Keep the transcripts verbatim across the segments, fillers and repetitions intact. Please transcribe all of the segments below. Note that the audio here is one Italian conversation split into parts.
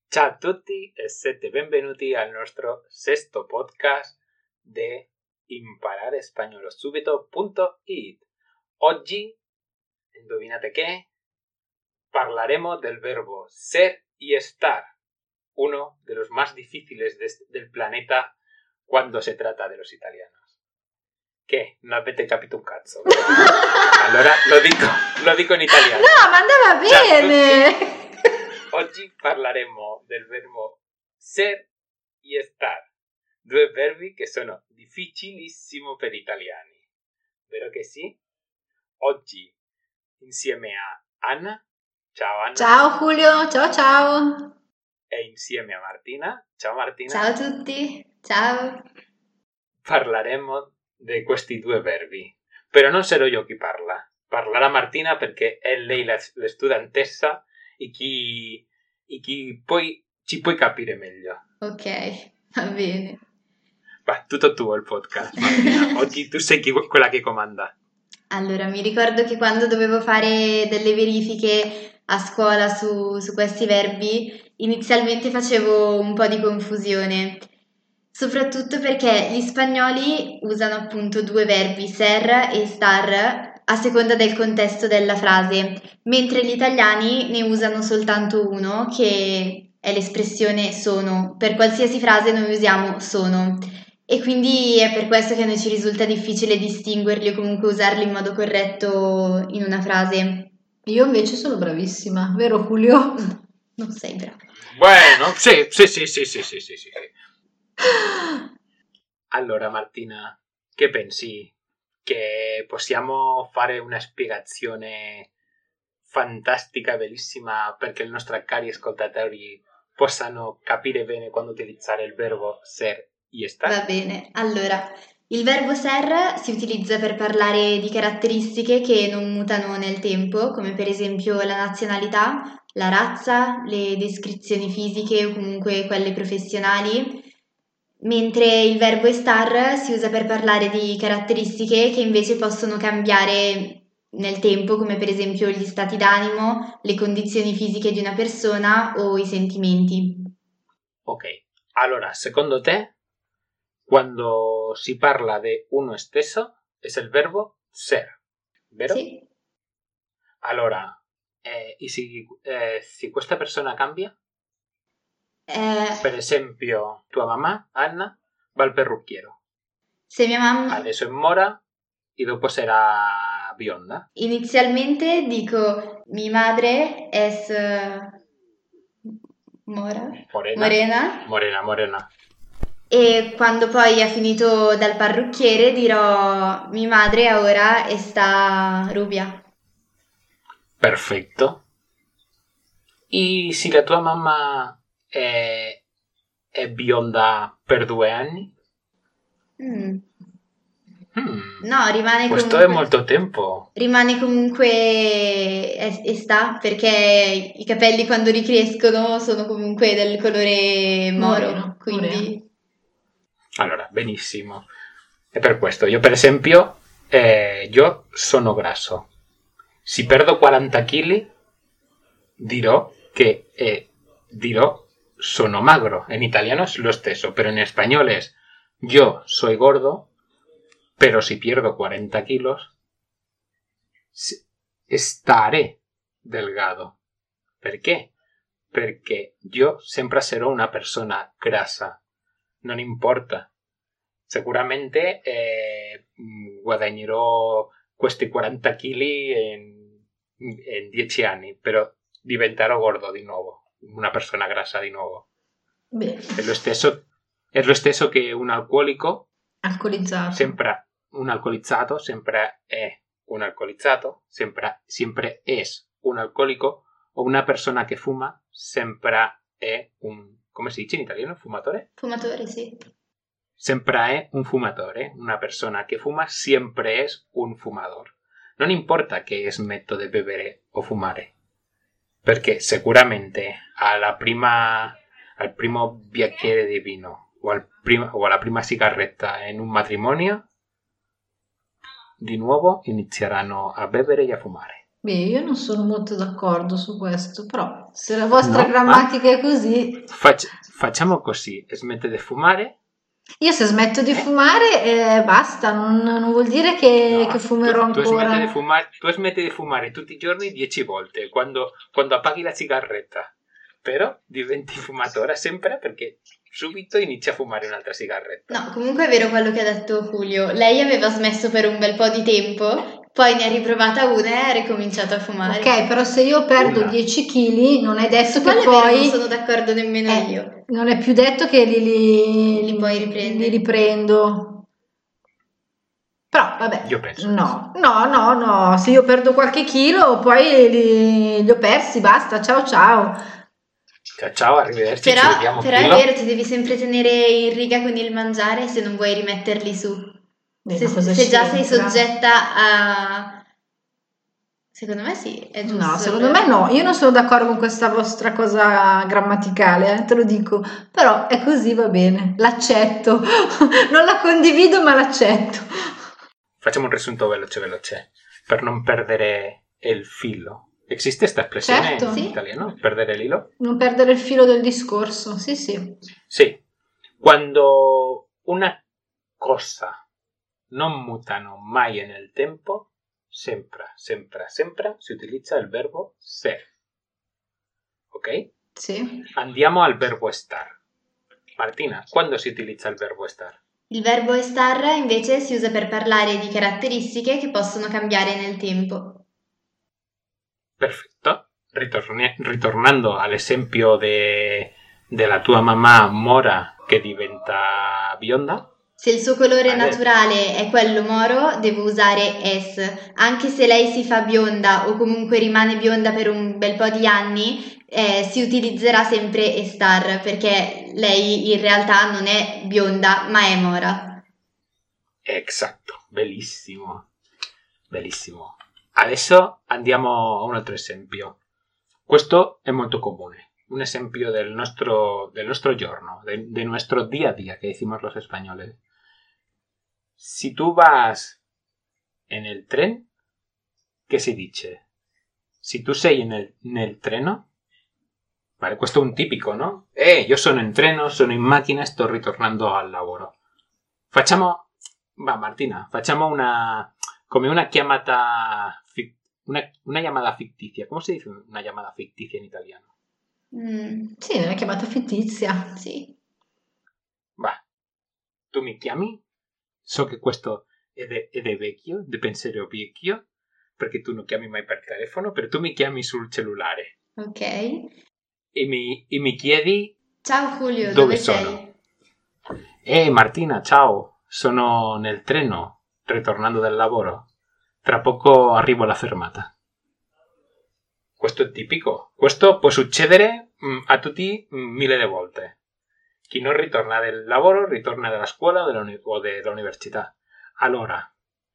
Ciao a tutti e siete benvenuti al nostro sesto podcast di imparare spagnolo subito punto it. Oggi, indovinate che? Parlaremos del verbo ser y estar, uno de los más difíciles de, del planeta cuando se trata de los italianos. ¿Qué? Non avete capito un cazzo? Allora lo dico, lo dico in italiano. No, ma andava bene! Oggi parleremo del verbo ser y estar, due verbi che sono difficilissimi per italiani. Vero che sì? Oggi insieme a Anna. Ciao Anna. Ciao Julio, ciao ciao. E insieme a Martina. Ciao Martina. Ciao a tutti, ciao. Parleremo di questi due verbi. Però non sarò io chi parla. Parlerà Martina perché è lei la, la studentessa e chi, e chi poi ci puoi capire meglio. Ok, va bene. Va, tutto tuo il podcast, Martina. Oggi tu sei chi, quella che comanda. Allora, mi ricordo che quando dovevo fare delle verifiche a scuola su, su questi verbi, inizialmente facevo un po' di confusione, soprattutto perché gli spagnoli usano appunto due verbi, ser e star, a seconda del contesto della frase, mentre gli italiani ne usano soltanto uno, che è l'espressione sono. Per qualsiasi frase noi usiamo sono. E quindi è per questo che a noi ci risulta difficile distinguerli o comunque usarli in modo corretto in una frase. Io invece sono bravissima, vero Julio? Non sei bravo. Bueno, sì, sì, sì, sì, sì, sì, sì, sì. Allora Martina, che pensi? Che possiamo fare una spiegazione fantastica, bellissima, perché i nostri cari ascoltatori possano capire bene quando utilizzare il verbo ser y estar? Va bene, allora, il verbo ser si utilizza per parlare di caratteristiche che non mutano nel tempo, come per esempio la nazionalità, la razza, le descrizioni fisiche o comunque quelle professionali, mentre il verbo estar si usa per parlare di caratteristiche che invece possono cambiare nel tempo, come per esempio gli stati d'animo, le condizioni fisiche di una persona o i sentimenti. Ok, allora, secondo te, quando si parla di uno stesso, è il verbo ser, vero? Sì. Allora, eh, e se, eh, se questa persona cambia? Eh, Per esempio, tua mamma, Anna, va al perrucchiero. Se mia mamma... Adesso è mora e dopo sarà bionda. Inizialmente dico mi madre es mora, Morena. morena. Morena, morena. E quando poi ha finito dal parrucchiere dirò mi madre ora sta rubia. Perfetto. E se la tua mamma è, è bionda per due anni? Mm. Hmm. No, rimane Questo comunque... è molto tempo. Rimane comunque e, e sta, perché i capelli quando ricrescono sono comunque del colore moro, Moreno, quindi... moreno. Allora, benissimo. E per questo, io per esempio, eh, io sono grasso. Se perdo quaranta chili, dirò che eh, dirò sono magro. En italiano es lo stesso, pero en español es yo soy gordo, pero si pierdo cuarenta kilos, estaré delgado. Perché? Perché io sempre sarò una persona grassa. Non importa. Sicuramente eh, guadagnerò questi quaranta chili in, in dieci anni, però diventerò gordo di nuovo, una persona grassa di nuovo. Beh. È lo stesso, è lo stesso che un alcolico. Alcolizzato. Sempre un alcolizzato, sempre è un alcolizzato, sempre, sempre es un alcolico, o una persona che fuma, sempre è un, come si dice in italiano, fumatore? Fumatore, sì. Sempre è un fumatore, una persona che fuma sempre es un fumador. Non importa che smetto di bere o fumare, perché sicuramente alla prima, al primo bicchiere di vino o, al prima, o alla prima sigaretta in un matrimonio, di nuovo inizieranno a bere e a fumare. Beh, io non sono molto d'accordo su questo, però se la vostra No? grammatica è così, Fac- facciamo così, smette di fumare? io se smetto di Eh? fumare, eh, basta, non, non vuol dire che, che No, fumerò tu, tu smetti di ancora. fumare, tu smetti di fumare tutti i giorni dieci volte quando, quando appaghi la sigaretta, però diventi fumatore sempre perché subito inizi a fumare un'altra sigaretta. No, comunque è vero quello che ha detto Julio. Lei aveva smesso per un bel po' di tempo, poi ne ha riprovata una e ha ricominciato a fumare. Ok, però se io perdo Una. dieci chili, non è detto Su che quello è vero, non poi... sono d'accordo nemmeno eh, io. non è più detto che li, li, Li puoi riprendere. li riprendo. Però vabbè, Io penso di no, no, no, no, se io perdo qualche chilo poi li, li ho persi, basta, ciao ciao. Ciao, ciao, arrivederci, Però, ci vediamo però è filo. vero, ti devi sempre tenere in riga con il mangiare se non vuoi rimetterli su. Beh, Se, ma cosa se già sei c'entra? soggetta a... Secondo me sì, è giusto. No, secondo allora. me no, io non sono d'accordo con questa vostra cosa grammaticale, eh, te lo dico, però è così, va bene, l'accetto, non la condivido ma l'accetto. Facciamo un riassunto veloce veloce per non perdere il filo. ¿Existe esta expresión Certo. en Sì. italiano? ¿Perder el hilo? Non perdere il filo del discorso, sì sì. Sí. Cuando una cosa non mutano mai nel tempo, sempre, sempre, sempre si utilizza il verbo ser. Ok? Sì. Andiamo al verbo estar. Martina, quando si utilizza il verbo estar? Il verbo estar invece si usa per parlare di caratteristiche che possono cambiare nel tempo. Perfetto. Ritorni- ritornando all'esempio de, della tua mamma mora che diventa bionda. Se il suo colore Vale. naturale è quello moro, devo usare es. Anche se lei si fa bionda o comunque rimane bionda per un bel po' di anni, eh, si utilizzerà sempre estar perché lei in realtà non è bionda ma è mora. Esatto, bellissimo. Bellissimo. Adesso andiamo a un altro esempio. Questo è molto comune. Un esempio del nostro, del nostro giorno, de, de nuestro día a día, que decimos los españoles. Si tú vas en el tren, ¿qué si dice? Si tu sei nel, nel treno, vale, questo è un tipico, no? Eh, io sono in treno, sono in macchina, sto ritornando al lavoro. Facciamo, va Martina, facciamo una, come una chiamata, fi- una, una llamada ficticia. ¿Cómo se dice una llamada ficticia in italiano? Mm, Sì, è una chiamata fittizia. sì. Va, tu mi chiami? So che questo è de, è de vecchio, de pensiero vecchio, perché tu non chiami mai per telefono, però tu mi chiami sul cellulare Ok. e mi, e mi chiedi Ciao Julio, dove dove sono. sei? Ehi Martina, ciao, sono nel treno, ritornando dal lavoro. Tra poco arrivo alla fermata. Questo è tipico. Questo può succedere mh, a tutti mh, mille di volte. Chi non ritorna dal lavoro ritorna dalla scuola o dell'uni- o dell'università. Allora,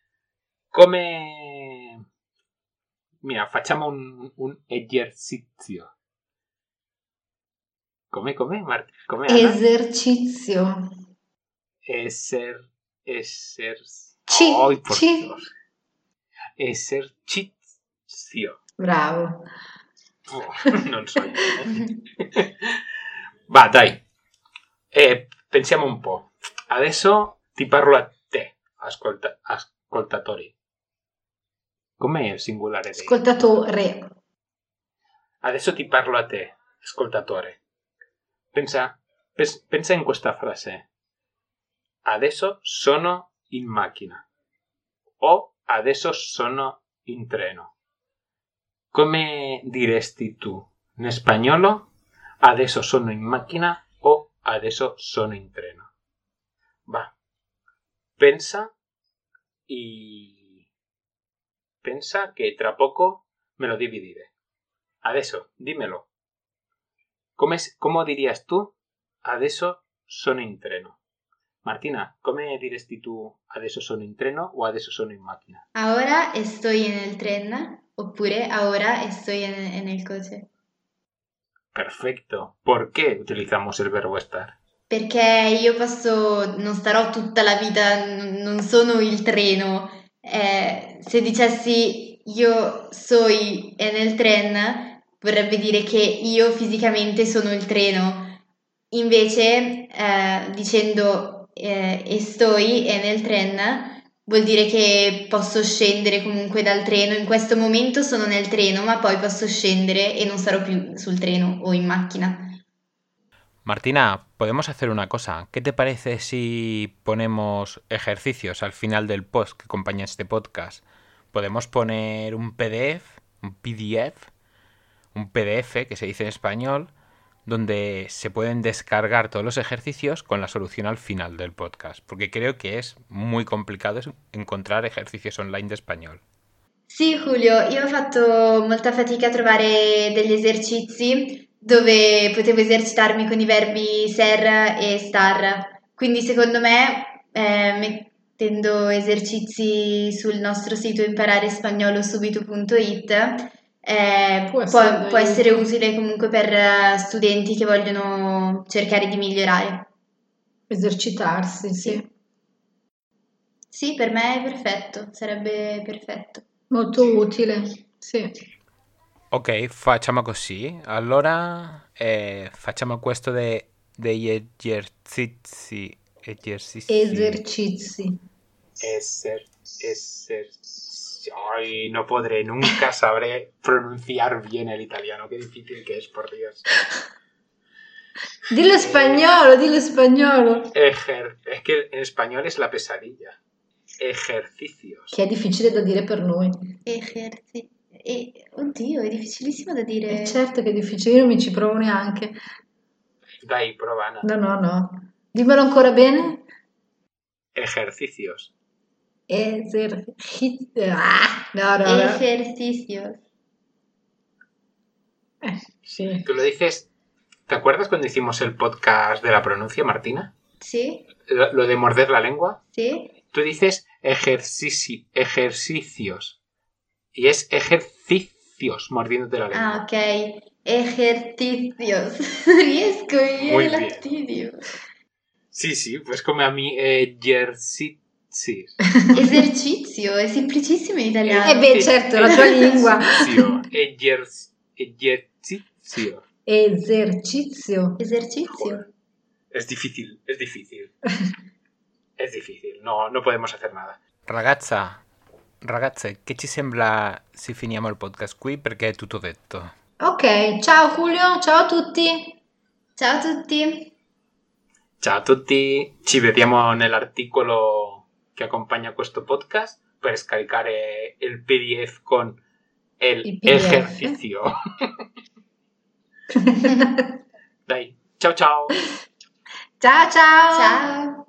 come... Mira, facciamo un, un esercizio. Come, come, Mart- come Anna? Esercizio. Eser... Eser... Ci, Ay, por ci. Dios. Esercizio. Bravo. Oh, non so io, eh. Va, dai. Eh, pensiamo un po'. Adesso ti parlo a te, ascolta- ascoltatori. Com'è il singolare dei Ascoltatore. Adesso ti parlo a te, ascoltatore. Pensa, pes- pensa in questa frase. Adesso sono in macchina. O adesso sono in treno. Come diresti tu? In spagnolo, adesso sono in macchina o adesso sono in treno. Va. Pensa y pensa che tra poco me lo devi dire. Adesso, dimmelo. Come, come dirías tu? Adesso sono in treno. Martina, come diresti tu adesso sono in treno o adesso sono in macchina? Ahora estoy en el tren oppure ahora estoy en, en el coche. Perfecto. ¿Por qué utilizamos el verbo estar? Perché io posso, non starò tutta la vita, n- non sono il treno. Eh, se dicessi io soy en el tren vorrebbe dire che io fisicamente sono il treno. Invece, eh, dicendo eh, estoy en el tren vuol dire che posso scendere comunque dal treno. In questo momento sono nel treno, ma poi posso scendere e non sarò più sul treno o in macchina. Martina, podemos hacer una cosa. ¿Qué te parece si ponemos ejercicios al final del post que acompaña este podcast? Podemos poner un P D F, un P D F, un P D F que se dice en español, donde se pueden descargar todos los ejercicios con la solución al final del podcast, porque creo que es muy complicado encontrar ejercicios online de español. Sì, Julio, io ho fatto molta fatica a trovare degli esercizi dove potevo esercitarmi con i verbi ser e star. Quindi secondo me, eh, mettendo esercizi sul nostro sito imparerespagnolo.subito punto it, eh, Può può, essere può d'aiuto. essere utile comunque per eh, studenti che vogliono cercare di migliorare. Esercitarsi, sì. Sì, per me è perfetto, sarebbe perfetto. Molto utile, sì. Ok, facciamo così. Allora eh, facciamo questo de, degli esercizi. Esercizi. Esercizi. Eser, eser, ay, no podré, nunca sabré pronunciar bien el italiano. Qué difícil que es, por Dios. Dillo spagnolo, dillo spagnolo. Ejer, es que en español es la pesadilla. Ejercicios. Che è difficile da dire per noi. Eserci- e, oddio, è difficilissimo da dire. E certo che è difficile, io non mi ci provo neanche. Dai, prova, Ana. No, no, no. Dimmelo ancora bene. Ejercicios. Esercizio. Ah, no, no, no. Ejercicios. Eh, sì. Tú lo dices. ¿Te acuerdas cuando hicimos el podcast de la pronuncia, Martina? Sì, Lo, lo de morder la lengua. sì. Tú dices ejercici, ejercicios. Y es ejercicios mordiéndote la lengua. Ah, ok. Ejercicios. Non riesco a dire Muy il bien. latino. Sí, sí, pues come a mí ejercicios. Esercizio, è semplicissimo in italiano. Eh beh, certo, la tua lingua. Ejercicio, ejer- ejercicio. Esercizio. Esercizio. Joder. Es difícil, es difícil. Es difícil, no, no podemos hacer nada. Ragazza, ragazze, che ci sembra se finiamo il podcast qui perché è tutto detto? Ok, ciao Julio, ciao a tutti. Ciao a tutti. Ciao a tutti, ci vediamo nell'articolo che accompagna questo podcast per scaricare il P D F con il, Il P D F. ejercicio. Dai, ciao ciao! Ciao ciao. Ciao.